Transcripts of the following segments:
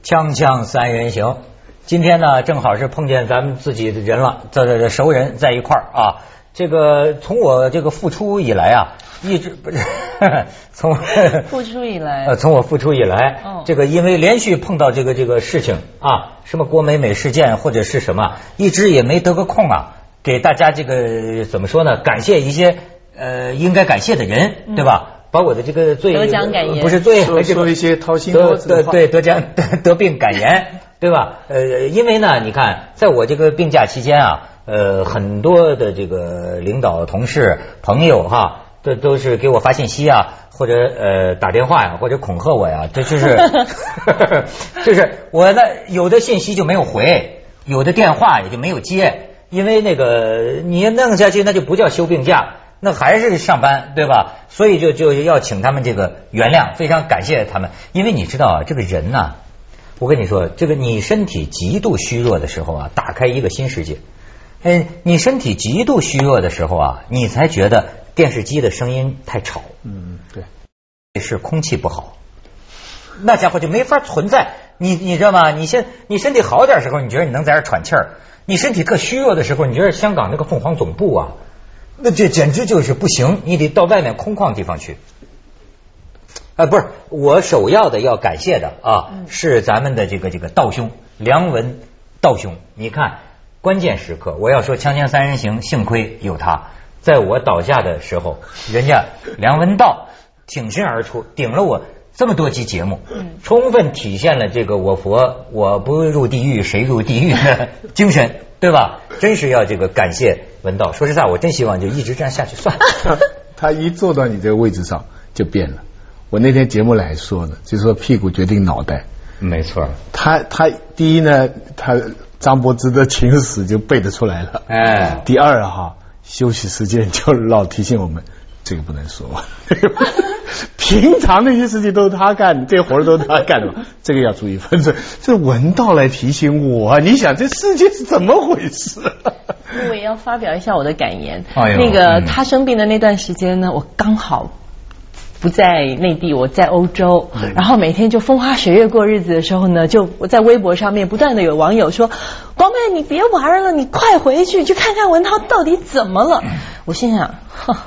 锵锵三人行，今天呢正好是碰见咱们自己的人了，这熟人在一块儿啊。这个从我这个复出以来啊，一直不是从复出以来， 从我复出以来，这个因为连续碰到这个事情啊，什么郭美美事件或者是什么，一直也没得个空啊，给大家这个怎么说呢？感谢一些应该感谢的人，对吧？把我的这个罪得奖感言不是罪， 说一些掏心掏肺的话， 对得病感言，对吧？因为呢，你看，在我这个病假期间啊，很多的这个领导、同事、朋友哈，都是给我发信息啊，或者打电话呀，或者恐吓我呀，这就是就是我呢有的信息就没有回，有的电话也就没有接，因为那个你弄下去那就不叫休病假。那还是上班，对吧？所以就要请他们这个原谅，非常感谢他们。因为你知道啊，这个人呐，我跟你说，这个你身体极度虚弱的时候啊，打开一个新世界。你身体极度虚弱的时候啊，你才觉得电视机的声音太吵。 对， 是空气不好，那家伙就没法存在。你知道吗？你身体好点的时候，你觉得你能在这喘气儿；你身体特虚弱的时候，你觉得香港那个凤凰总部啊。那这简直就是不行，你得到外面空旷地方去。不是，我首要的要感谢的啊，是咱们的这个道兄梁文道兄。你看，关键时刻我要说锵锵三人行，幸亏有他，在我倒下的时候，人家梁文道挺身而出，顶了我这么多期节目，充分体现了这个我佛我不入地狱谁入地狱的精神，对吧？真是要这个感谢文道。说实在，我真希望就一直这样下去算了。 他一坐到你这个位置上就变了。我那天节目来说的，就说屁股决定脑袋。 没错。 他第一呢，他张柏芝的情史就背得出来了。第二哈，休息时间就老提醒我们，这个不能说。平常那些事情都是他干的，这活都是他干的嘛，这个要注意分寸。这文道来提醒我，你想这世界是怎么回事？ 我也要发表一下我的感言。那个他生病的那段时间呢，我刚好不在内地，我在欧洲，然后每天就风花雪月过日子的时候呢，就我在微博上面不断的有网友说，光妹你别玩了，你快回去看看文涛到底怎么了。我心想，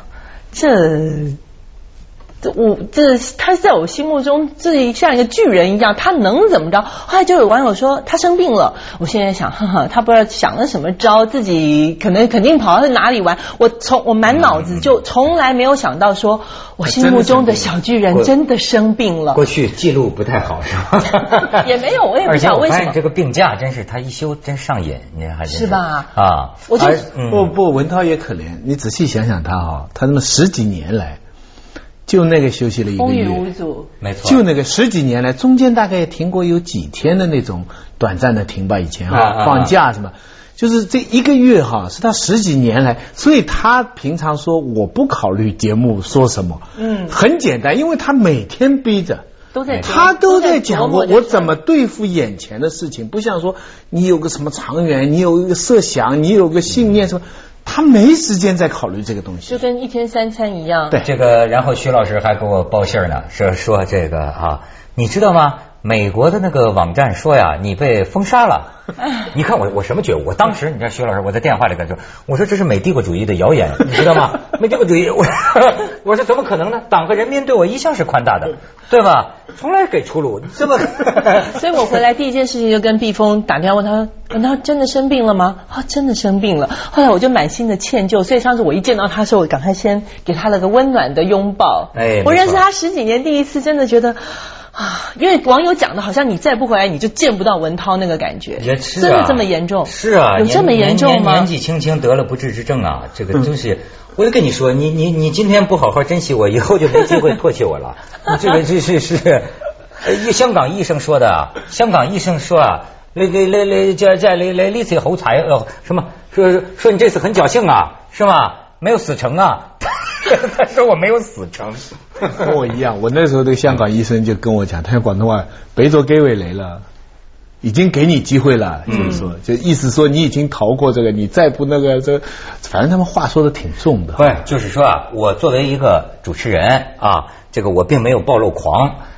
他在我心目中这像一个巨人一样，他能怎么着？后来就有网友说他生病了，我现在想，他不知道想了什么招，自己肯定跑到哪里玩。我满脑子就从来没有想到说，我心目中的小巨人真的生病了。 过去记录不太好是吧？ 也没有，我也不知道为什么。 这个病假真是他一休真上瘾，你还是吧？ 啊， 我就不，文涛也可怜。你仔细想想他那么十几年来。就那个休息了一个月， 风雨无阻， 没错。 就那个十几年来，中间大概也停过有几天的那种短暂的停吧，以前放假什么，就是这一个月是他十几年来，所以他平常说我不考虑节目说什么，很简单，因为他每天逼着。他都在讲我怎么对付眼前的事情，不像说你有个什么长远，你有一个设想，你有个信念什么。他没时间再考虑这个东西， 就跟一天三餐一样。 对，这个然后徐老师还给我报信呢，说这个你知道吗？美国的那个网站说呀，你被封杀了。你看我什么觉悟？我当时你知道徐老师，我在电话里跟他说，我说这是美帝国主义的谣言，你知道吗？美帝国主义，我说怎么可能呢？党和人民对我一向是宽大的，对吧？从来给出路，这么。 所以我回来第一件事情就跟毕峰打电话问他，他真的生病了吗？真的生病了。后来我就满心的歉疚，所以上次我一见到他的时候，我赶快先给他了个温暖的拥抱。我认识他十几年，第一次真的觉得。因为网友讲的好像你再不回来你就见不到文涛那个感觉， 也是真的这么严重？ 是啊， 有这么严重吗？ 年纪轻轻得了不治之症啊，这个就是，我就跟你说，你今天不好好珍惜我，以后就没机会唾弃我了。这个是香港医生说的，香港医生说这次好彩什么说你这次很侥幸啊，是吗？没有死成啊。他说我没有死成， 跟我一样。我那时候这个香港医生就跟我讲，他用广东话，俾咗機會你了，已經給你機會了，就是說，就意思說你已經逃過這個，你再不那個反正他們話說的挺重的。 對，就是說我作為一個主持人這個我並沒有暴露狂。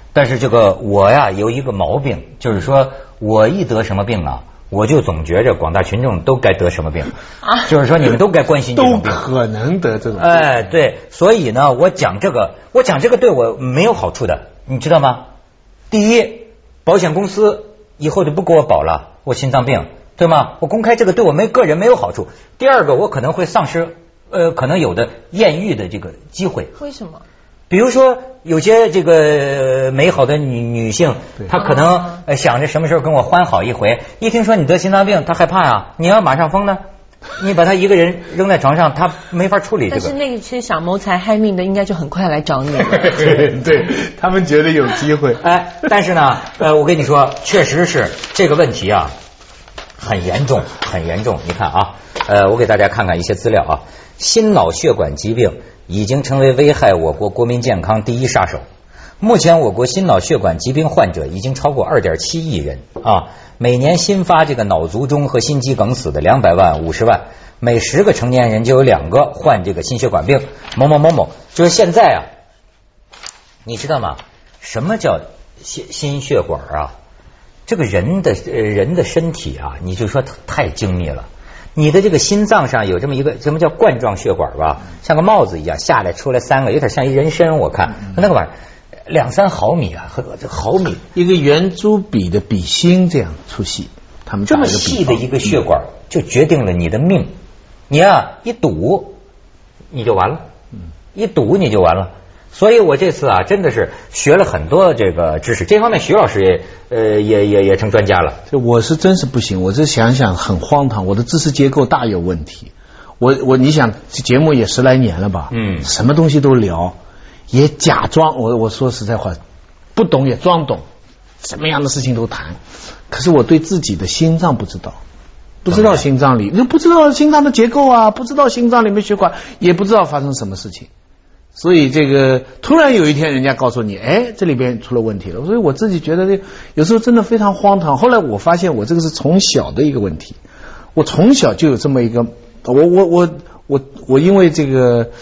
但是这个我呀有一个毛病，就是说我一得什么病啊，我就总觉着广大群众都该得什么病啊，就是说你们都该关心这种病， 都可能得这种病。 哎，对，所以呢，我讲这个对我没有好处的，你知道吗？第一，保险公司以后就不给我保了，我心脏病，对吗？我公开这个对我个人没有好处。第二个，我可能会丧失可能有的艳遇的这个机会。 为什么？ 比如说有些这个美好的女性，她可能想着什么时候跟我欢好一回，一听说你得心脏病，她害怕啊。你要马上疯呢，你把她一个人扔在床上，她没法处理这个。 但是那些想谋财害命的，应该就很快来找你了。 对，他们觉得有机会。 哎，但是呢，我跟你说，确实是这个问题啊，很严重，很严重。你看啊，我给大家看看一些资料啊，心脑血管疾病已经成为危害我国国民健康第一杀手。目前我国心脑血管疾病患者已经超过2.7亿人啊，每年新发这个脑卒中和心肌梗死的200万、50万，每10个成年人就有2个患这个心血管病。某某某某，就是现在啊，你知道吗？什么叫心血管啊？这个人的身体啊，你就说太精密了。你的这个心脏上有这么一个什么叫冠状血管吧，像个帽子一样下来出来3个，有点像一人参，我看那个玩意儿2-3毫米啊，毫米一个圆珠笔的笔芯这样粗细，他们这么细的一个血管就决定了你的命。你啊一堵你就完了，一堵你就完了。所以我这次啊真的是学了很多这个知识，这方面徐老师也成专家了。 我是真是不行，我这想想很荒唐，我的知识结构大有问题。你想节目也10来年了吧，什么东西都聊，也假装我说实在话，不懂也装懂，什么样的事情都谈。可是我对自己的心脏不知道心脏里，就不知道心脏的结构啊，不知道心脏里面血管，也不知道发生什么事情。所以这个突然有一天人家告诉你，哎，这里边出了问题了。所以我自己觉得有时候真的非常荒唐。后来我发现我这个是从小的一个问题，我从小就有这么一个，我因为这个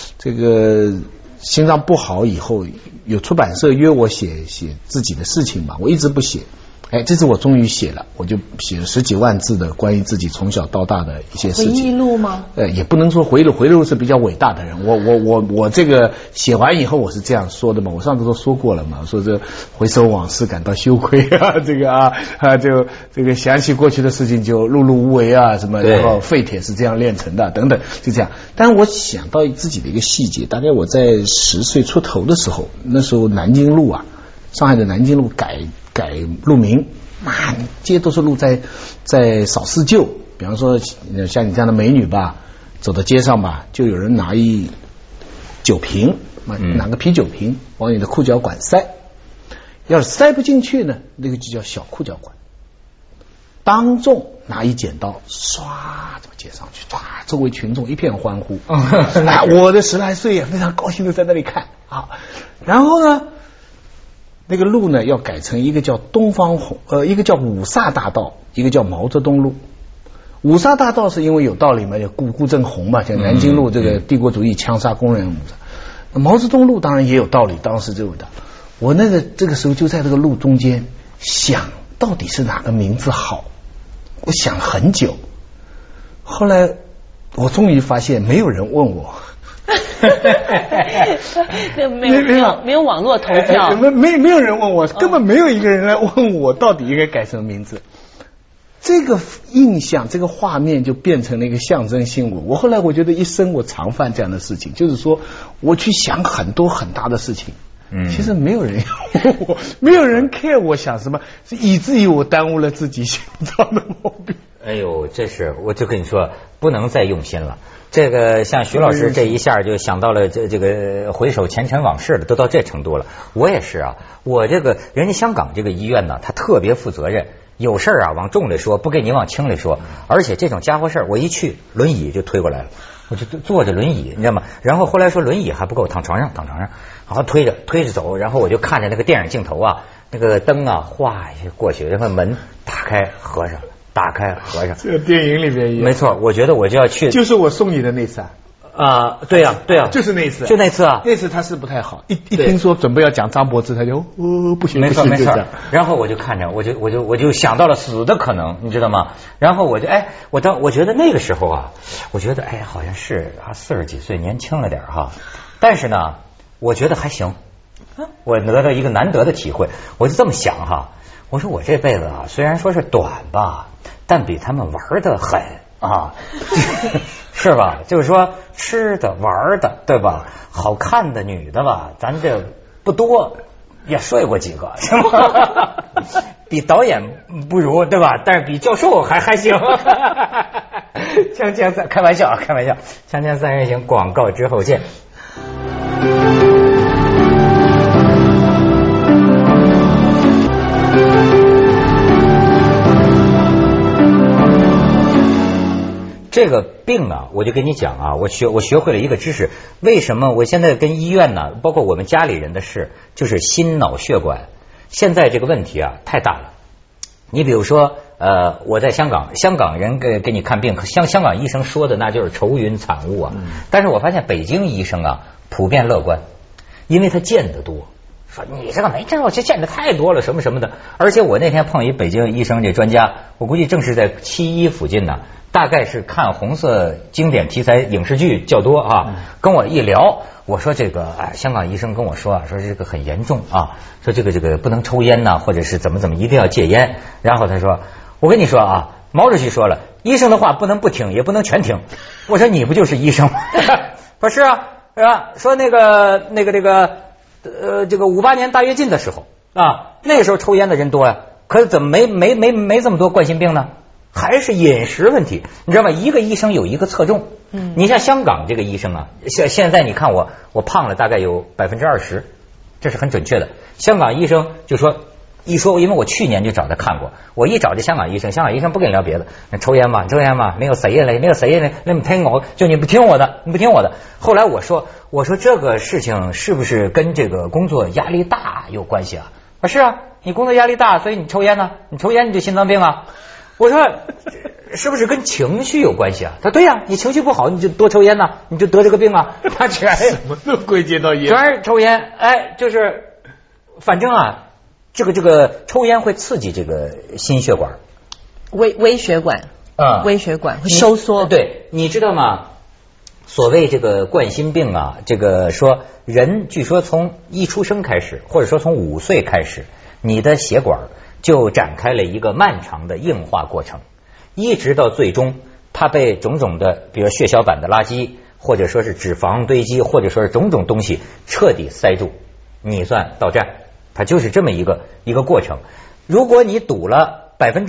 心脏不好以后，有出版社约我写自己的事情嘛，我一直不写。哎，这次我终于写了，我就写了10几万字的关于自己从小到大的一些事情。 回忆录吗？ 也不能说回忆录是比较伟大的人。我这个写完以后我是这样说的嘛，我上次都说过了嘛，说这回首往事感到羞愧啊，就这个想起过去的事情就碌碌无为啊什么，然后废铁是这样炼成的等等，就这样。但是我想到自己的一个细节，大概我在10岁出头的时候，那时候南京路啊，上海的南京路改路名，满街都是路在扫四旧。比方说像你这样的美女吧，走到街上吧，就有人拿一酒瓶，拿个啤酒瓶往你的裤脚管塞，要是塞不进去呢，那个就叫小裤脚管。当众拿一剪刀唰这么接上去，周围群众一片欢呼。我的10来岁也非常高兴的在那里看啊。然后呢，那个路呢要改成一个叫一个叫五卅大道，一个叫毛泽东路。五卅大道是因为有道理嘛，叫顾正红嘛，像南京路这个帝国主义枪杀工人。毛泽东路当然也有道理，当时就有的。我这个时候就在这个路中间想，到底是哪个名字好？我想了很久，后来我终于发现没有人问我。 没有网络投票， 没有人问我，根本没有一个人来问我到底应该改什么名字。这个印象，这个画面就变成了一个象征性物。我后来我觉得一生我常犯这样的事情，就是说我去想很多很大的事情，其实没有人问我，没有人 care 我想什么，以至于我耽误了自己心脏的毛病。 哎呦，我就跟你说，不能再用心了。这个像徐老师这一下就想到了这个回首前尘往事了，都到这程度了。我也是啊，我这个人家香港这个医院呢，他特别负责任，有事啊往重里说，不给你往轻里说。而且这种家伙事儿，我一去轮椅就推过来了，我就坐着轮椅，你知道吗？然后后来说轮椅还不够，躺床上，然后推着走，然后我就看着那个电影镜头啊，那个灯啊哗一下过去，然后门打开合上。打开合上， 这个电影里面也没错。我觉得我就要去， 就是我送你的那次啊，对呀，对呀， 就是那次， 就那次啊， 那次他是不太好，一听说准备要讲张柏芝，他就不行， 没错没错。然后我就看着，我就想到了死的可能，你知道吗？然后我觉得那个时候啊，我觉得好像是40几岁，年轻了点哈，但是呢，我觉得还行。我得到一个难得的体会，我就这么想哈，我说我这辈子啊，虽然说是短吧，但比他们玩的狠啊。是吧？就是说吃的玩的，对吧？好看的女的吧，咱这不多，也睡过几个，是吗？比导演不如，对吧？但是比教授还行。锵锵三，开玩笑，锵锵三人行，广告之后见。这个病啊，我就跟你讲啊，我学会了一个知识。为什么我现在跟医院呢，包括我们家里人的事，就是心脑血管。现在这个问题啊太大了。你比如说，我在香港人给你看病，香港医生说的那就是愁云惨雾啊。但是我发现北京医生啊普遍乐观，因为他见得多。说你这个没症，我这见得太多了，什么什么的。而且我那天碰一北京医生这专家，我估计正是在7·1附近呢。大概是看红色经典题材影视剧较多啊，跟我一聊，我说这个香港医生跟我说说这个很严重啊，说这个不能抽烟呐，或者是怎么一定要戒烟。然后他说，我跟你说啊，毛主席说了，医生的话不能不听，也不能全听。我说你不就是医生吗？说是啊，是吧？说这个58年大跃进的时候啊，那个时候抽烟的人多呀，可是怎么没这么多冠心病呢？还是饮食问题，你知道吗？一个医生有一个侧重。你像香港这个医生啊，现在你看我胖了大概有20%，这是很准确的。香港医生就说，因为我去年就找他看过，我一找这香港医生不跟你聊别的，抽烟嘛，没有死人嘞，你不听我，就你不听我的。后来我说这个事情是不是跟这个工作压力大有关系啊？是啊，你工作压力大，所以你抽烟呢，你抽烟你就心脏病啊。我说是不是跟情绪有关系啊？他对呀，你情绪不好你就多抽烟呐，你就得这个病啊。他全什么都归结到烟， 全是抽烟。就是反正啊，这个抽烟会刺激这个心血管、 微血管微血管会收缩。 对，你知道吗？所谓这个冠心病啊，这个说人据说从一出生开始，或者说从5岁开始，你的血管就展开了一个漫长的硬化过程，一直到最终它被种种的比如血小板的垃圾，或者说是脂肪堆积，或者说是种种东西彻底塞住，你算到站。它就是这么一个过程。如果你赌了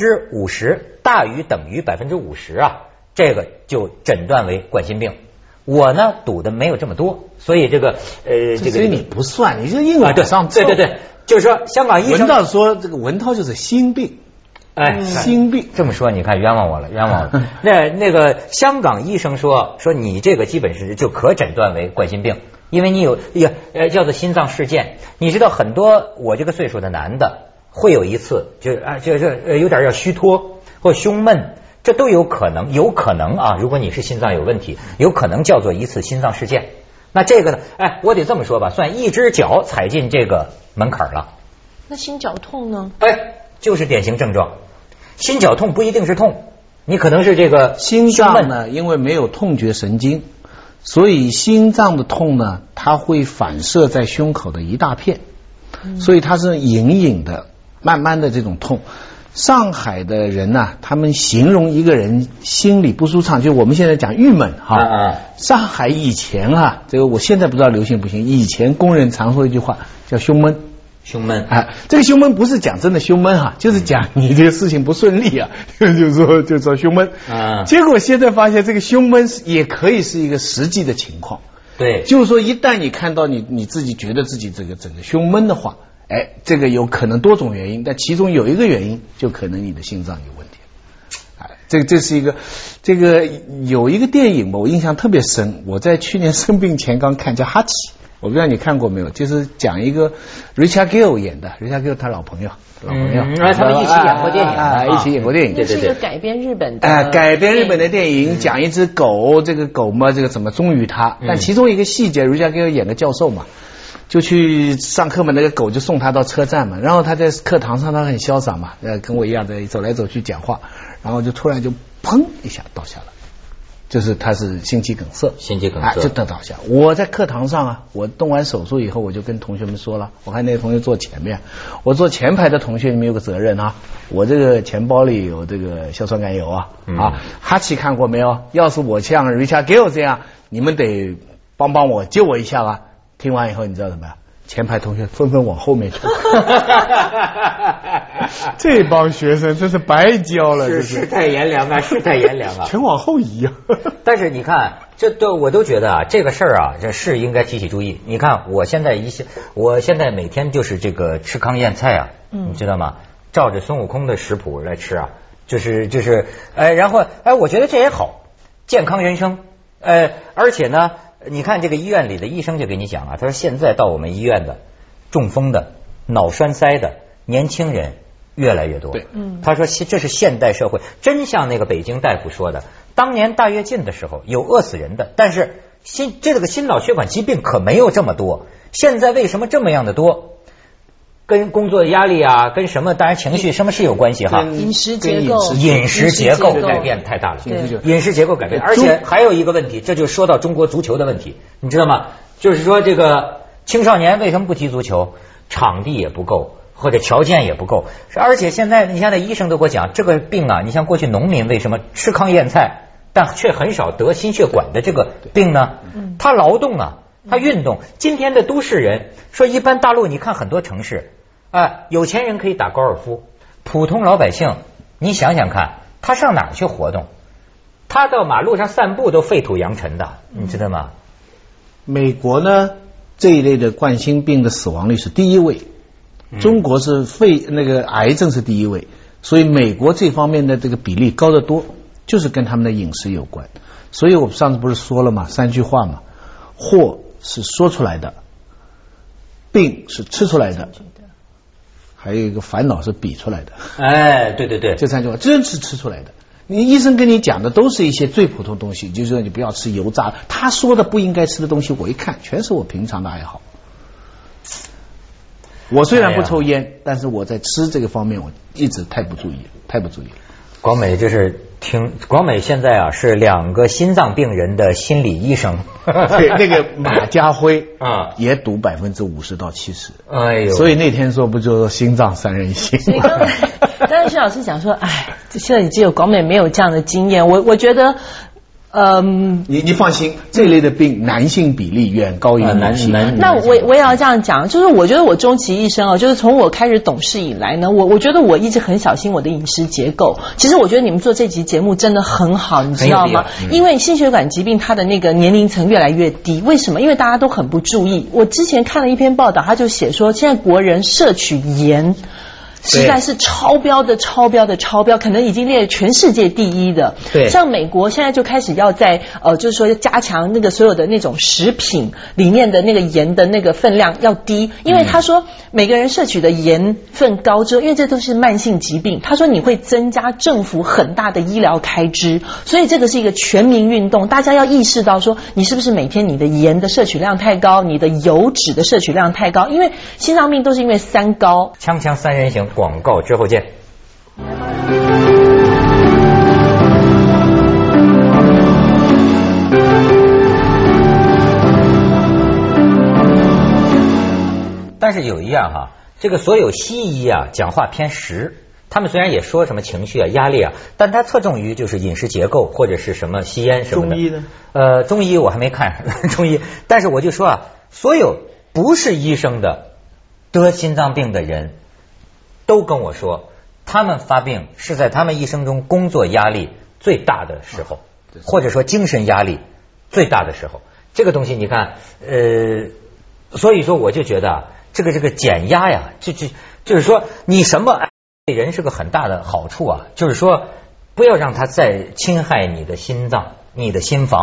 50%大于等于50%啊，这个就诊断为冠心病。我呢赌的没有这么多，所以这个所以你不算，你就硬往上凑。 对，就是说香港医生文涛说这个文涛就是心病，心病这么说，你看冤枉我了。那个香港医生说你这个基本是就可诊断为冠心病，因为你有叫做心脏事件。你知道很多我这个岁数的男的会有一次就是有点要虚脱或胸闷。这都有可能啊！如果你是心脏有问题，有可能叫做一次心脏事件。那这个呢？我得这么说吧，算一只脚踩进这个门槛了。 那心绞痛呢？ 就是典型症状。心绞痛不一定是痛，你可能是这个心脏呢，因为没有痛觉神经，所以心脏的痛呢，它会反射在胸口的一大片，所以它是隐隐的、慢慢的这种痛。上海的人呐，他们形容一个人心里不舒畅，就我们现在讲郁闷哈。上海以前啊，这个我现在不知道流行不行，以前工人常说一句话叫胸闷。这个胸闷不是讲真的胸闷哈，就是讲你这个事情不顺利啊，就说胸闷。结果现在发现这个胸闷也可以是一个实际的情况。 对， 就是说一旦你看到你自己觉得自己这个整个胸闷的话。这个有可能多种原因，但其中有一个原因就可能你的心脏有问题。这是一个有一个电影我印象特别深，我在去年生病前刚看，叫哈奇。 我不知道你看过没有，就是讲一个 Richard Gere 演的 ，Richard Gere 他老朋友， 他们一起演过电影一起演过电影， 对对对，改编日本的， 改编日本的电影，讲一只狗，这个狗嘛，这个怎么忠于它，但其中一个细节，Richard Gere 演个教授嘛。就去上课嘛，那个狗就送他到车站嘛，然后他在课堂上他很潇洒嘛，跟我一样的走来走去讲话，然后就突然就砰一下倒下了，就是他是心肌梗塞，就倒下。我在课堂上啊，我动完手术以后，我就跟同学们说了，我看那个同学坐前面，我坐前排的同学你们有个责任啊，我这个钱包里有这个硝酸甘油啊，哈奇看过没有？要是我像 Richard Gere 这样，你们得帮帮我，救我一下啊。听完以后，你知道怎么样？前排同学纷纷往后面退。这帮学生真是白教了， 世态炎凉啊，世态炎凉啊， 全往后移啊。 但是你看，我都觉得啊，这个事儿啊，这是应该提起注意。你看，我现在每天就是这个吃糠咽菜啊，你知道吗？照着孙悟空的食谱来吃啊，然后我觉得这也好，健康人生，而且呢。你看这个医院里的医生就给你讲啊，他说现在到我们医院的中风的、脑栓塞的年轻人越来越多。对，他说这是现代社会，真像那个北京大夫说的，当年大跃进的时候有饿死人的，但是这个心脑血管疾病可没有这么多。现在为什么这么样的多？跟工作压力啊，跟什么？当然情绪什么是有关系哈。 饮食结构改变太大了，饮食结构改变，而且还有一个问题，这就说到中国足球的问题，你知道吗？就是说这个青少年为什么不踢足球？场地也不够，或者条件也不够，而且现在你像那医生都给我讲，这个病啊，你像过去农民为什么吃糠咽菜，但却很少得心血管的这个病呢？他劳动啊。他运动，今天的都市人说，一般大陆你看很多城市，有钱人可以打高尔夫，普通老百姓，你想想看，他上哪儿去活动？他到马路上散步都废土扬尘的，你知道吗？ 美国呢，这一类的冠心病的死亡率是第一位，中国是癌症是第一位，所以美国这方面的这个比例高得多，就是跟他们的饮食有关。所以我们上次不是说了嘛，3句话嘛，祸是说出来的，病是吃出来的，还有一个烦恼是比出来的。 对， 这3句话真是吃出来的。你医生跟你讲的都是一些最普通东西，就是说你不要吃油炸，他说的不应该吃的东西，我一看全是我平常的爱好。我虽然不抽烟，但是我在吃这个方面我一直太不注意了。 广美广美现在啊是2个心脏病人的心理医生。 对，那个马家辉也赌50%到70%。哎呦，所以那天说不就说心脏3人行。 所以刚才徐老师讲说，现在你只有广美没有这样的经验，我觉得。 你放心，这类的病男性比例远高于女性。 那我也要这样讲，就是我觉得我终其一生就是从我开始懂事以来呢，我觉得我一直很小心我的饮食结构。其实我觉得你们做这集节目真的很好，你知道吗？因为心血管疾病它的那个年龄层越来越低，为什么？因为大家都很不注意。我之前看了一篇报道，他就写说，现在国人摄取盐。实在是超标，可能已经列全世界第一的。对，像美国现在就开始要在就是说加强那个所有的那种食品里面的那个盐的那个分量要低，因为他说每个人摄取的盐分高之后，因为这都是慢性疾病，他说你会增加政府很大的医疗开支，所以这个是一个全民运动，大家要意识到说你是不是每天你的盐的摄取量太高，你的油脂的摄取量太高，因为心脏病都是因为3高。 锵锵3人行。广告之后见。但是有一样哈，这个所有西医啊讲话偏实，他们虽然也说什么情绪啊、压力啊，但他侧重于就是饮食结构或者是什么吸烟什么的。 中医呢？ 中医我还没看中医，但是我就说啊，所有不是医生的得心脏病的人。都跟我说，他们发病是在他们一生中工作压力最大的时候，或者说精神压力最大的时候。这个东西你看，所以说我就觉得这个减压呀，就是说你什么对人是个很大的好处啊，就是说不要让它再侵害你的心脏、你的心房，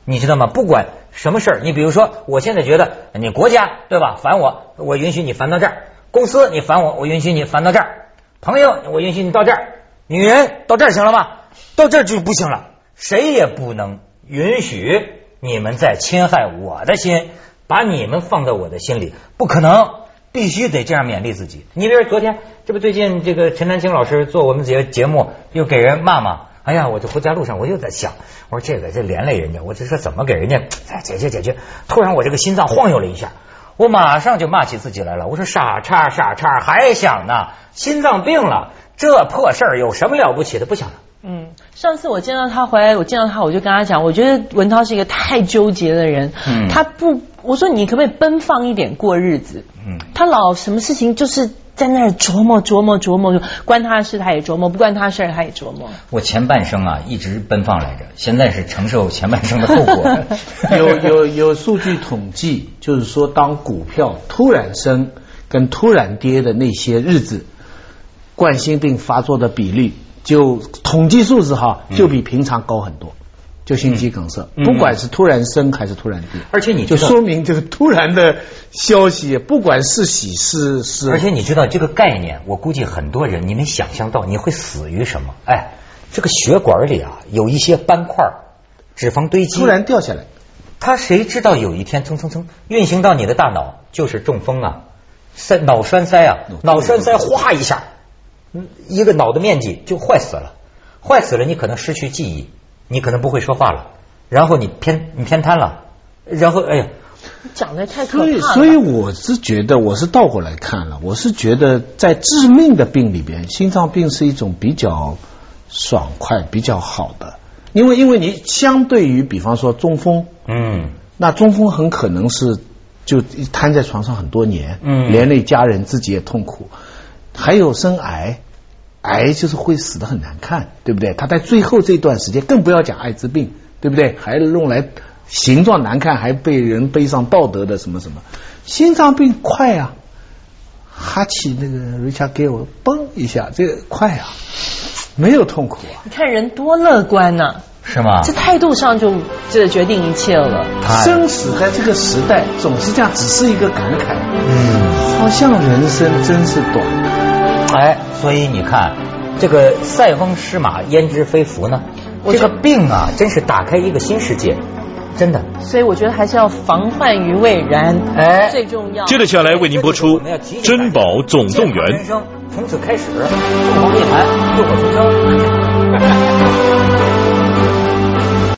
你知道吗？不管什么事儿，你比如说，我现在觉得你国家对吧烦我，我允许你烦到这儿；公司你烦我，我允许你烦到这儿；朋友我允许你到这儿；女人到这儿行了吗？到这儿就不行了，谁也不能允许你们再侵害我的心，把你们放在我的心里，不可能。必须得这样勉励自己。你比如昨天，这不最近这个陈丹青老师做我们节目，又给人骂嘛。哎呀，我这回家路上我又在想，我说这连累人家，我这说怎么给人家解决。突然我这个心脏晃悠了一下，我马上就骂起自己来了。我说傻叉还想呢，心脏病了，这破事儿有什么了不起的？不想了。 上次我见到他回来，我就跟他讲，我觉得文涛是一个太纠结的人。我说你可不可以奔放一点过日子？他老什么事情就是在那儿琢磨，关他的事他也琢磨，不关他的事他也琢磨。 我前半生啊一直奔放来着，现在是承受前半生的后果。 有数据统计，就是说当股票突然升跟突然跌的那些日子，冠心病发作的比例就统计数字就比平常高很多。就心肌梗塞，不管是突然升还是突然跌， 而且你就说明这个突然的消息，不管是喜是， 而且你知道这个概念，我估计很多人你没想象到你会死于什么？这个血管里啊有一些斑块，脂肪堆积， 突然掉下来， 他谁知道有一天蹭运行到你的大脑，就是中风啊，脑栓塞啊，脑栓塞哗一下，一个脑的面积就坏死了，你可能失去记忆。你可能不会说话了，然后你偏瘫了，然后讲得太可怕了。 所以我是觉得，我是倒过来看了，我是觉得在致命的病里边，心脏病是一种比较爽快、比较好的，因为你相对于比方说中风，那中风很可能是就瘫在床上很多年，连累家人，自己也痛苦，还有生癌。癌就是会死得很难看，对不对？他在最后这段时间，更不要讲艾滋病，对不对？还用来形状难看，还被人背上道德的什么。心脏病快啊，哈气那个 Richard Gere 嘣一下，这个快啊，没有痛苦啊。 你看人多乐观啊， 是吗？ 这态度上就这决定一切了。 生死在这个时代总是这样，只是一个感慨。好像人生真是短。 所以你看，这个塞翁失马焉知非福呢？这个病啊，真是打开一个新世界，真的。 所以我觉得还是要防患于未然，最重要。 接着下来为您播出《珍宝总动员》， 人生从此开始，凤凰涅槃，浴火重生。